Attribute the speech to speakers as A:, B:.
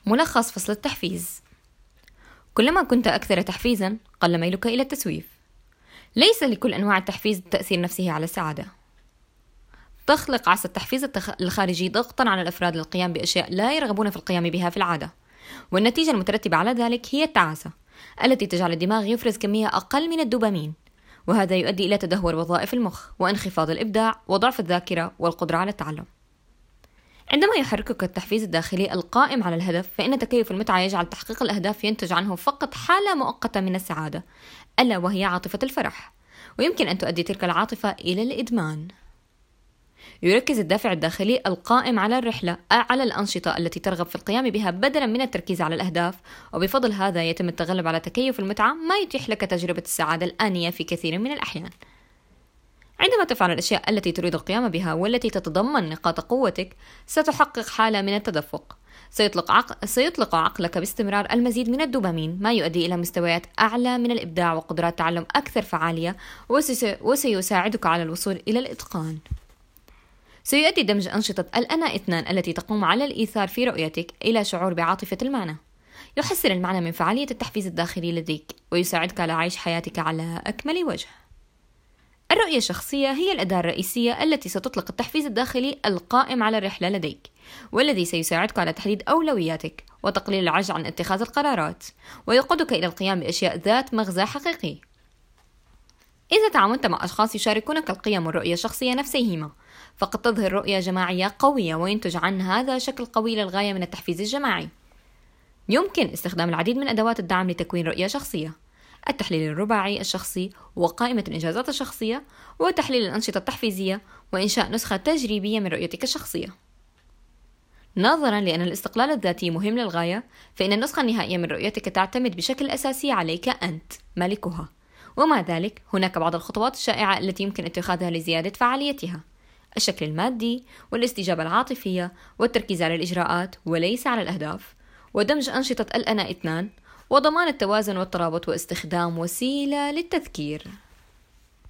A: ملخص فصل التحفيز. كلما كنت أكثر تحفيزا قل ميلك إلى التسويف. ليس لكل أنواع التحفيز تأثير نفسه على السعادة. تخلق عصا التحفيز الخارجي ضغطا على الأفراد للقيام بأشياء لا يرغبون في القيام بها في العادة، والنتيجة المترتبة على ذلك هي التعاسة التي تجعل الدماغ يفرز كمية أقل من الدوبامين، وهذا يؤدي إلى تدهور وظائف المخ وانخفاض الإبداع وضعف الذاكرة والقدرة على التعلم. عندما يحركك التحفيز الداخلي القائم على الهدف، فإن تكيف المتعة يجعل تحقيق الأهداف ينتج عنه فقط حالة مؤقتة من السعادة، ألا وهي عاطفة الفرح، ويمكن أن تؤدي تلك العاطفة إلى الإدمان. يركز الدافع الداخلي القائم على الرحلة على الأنشطة التي ترغب في القيام بها بدلا من التركيز على الأهداف، وبفضل هذا يتم التغلب على تكيف المتعة، ما يتيح لك تجربة السعادة الآنية في كثير من الأحيان. عندما تفعل الأشياء التي تريد القيام بها والتي تتضمن نقاط قوتك، ستحقق حالة من التدفق. سيطلق عقلك باستمرار المزيد من الدوبامين، ما يؤدي إلى مستويات أعلى من الإبداع وقدرات تعلم أكثر فعالية، وسيساعدك على الوصول إلى الإتقان. سيؤدي دمج أنشطة الأنا اثنان التي تقوم على الإيثار في رؤيتك إلى شعور بعاطفة المعنى. يحسن المعنى من فعالية التحفيز الداخلي لديك، ويساعدك على عيش حياتك على أكمل وجه. الرؤية الشخصية هي الأداة الرئيسية التي ستطلق التحفيز الداخلي القائم على الرحلة لديك، والذي سيساعدك على تحديد أولوياتك وتقليل العجز عن اتخاذ القرارات، ويقودك إلى القيام بأشياء ذات مغزى حقيقي. إذا تعاملت مع أشخاص يشاركونك القيم والرؤية الشخصية نفسيهما، فقد تظهر رؤية جماعية قوية، وينتج عن هذا شكل قوي للغاية من التحفيز الجماعي. يمكن استخدام العديد من أدوات الدعم لتكوين رؤية شخصية: التحليل الرباعي الشخصي، وقائمة الإنجازات الشخصية، وتحليل الأنشطة التحفيزية، وإنشاء نسخة تجريبية من رؤيتك الشخصية. نظرا لأن الاستقلال الذاتي مهم للغاية، فإن النسخة النهائية من رؤيتك تعتمد بشكل أساسي عليك أنت مالكها. ومع ذلك هناك بعض الخطوات الشائعة التي يمكن اتخاذها لزيادة فعاليتها: الشكل المادي، والاستجابة العاطفية، والتركيز على الإجراءات وليس على الأهداف، ودمج أنشطة الأنا اثنان، وضمان التوازن والترابط، واستخدام وسيلة للتذكير.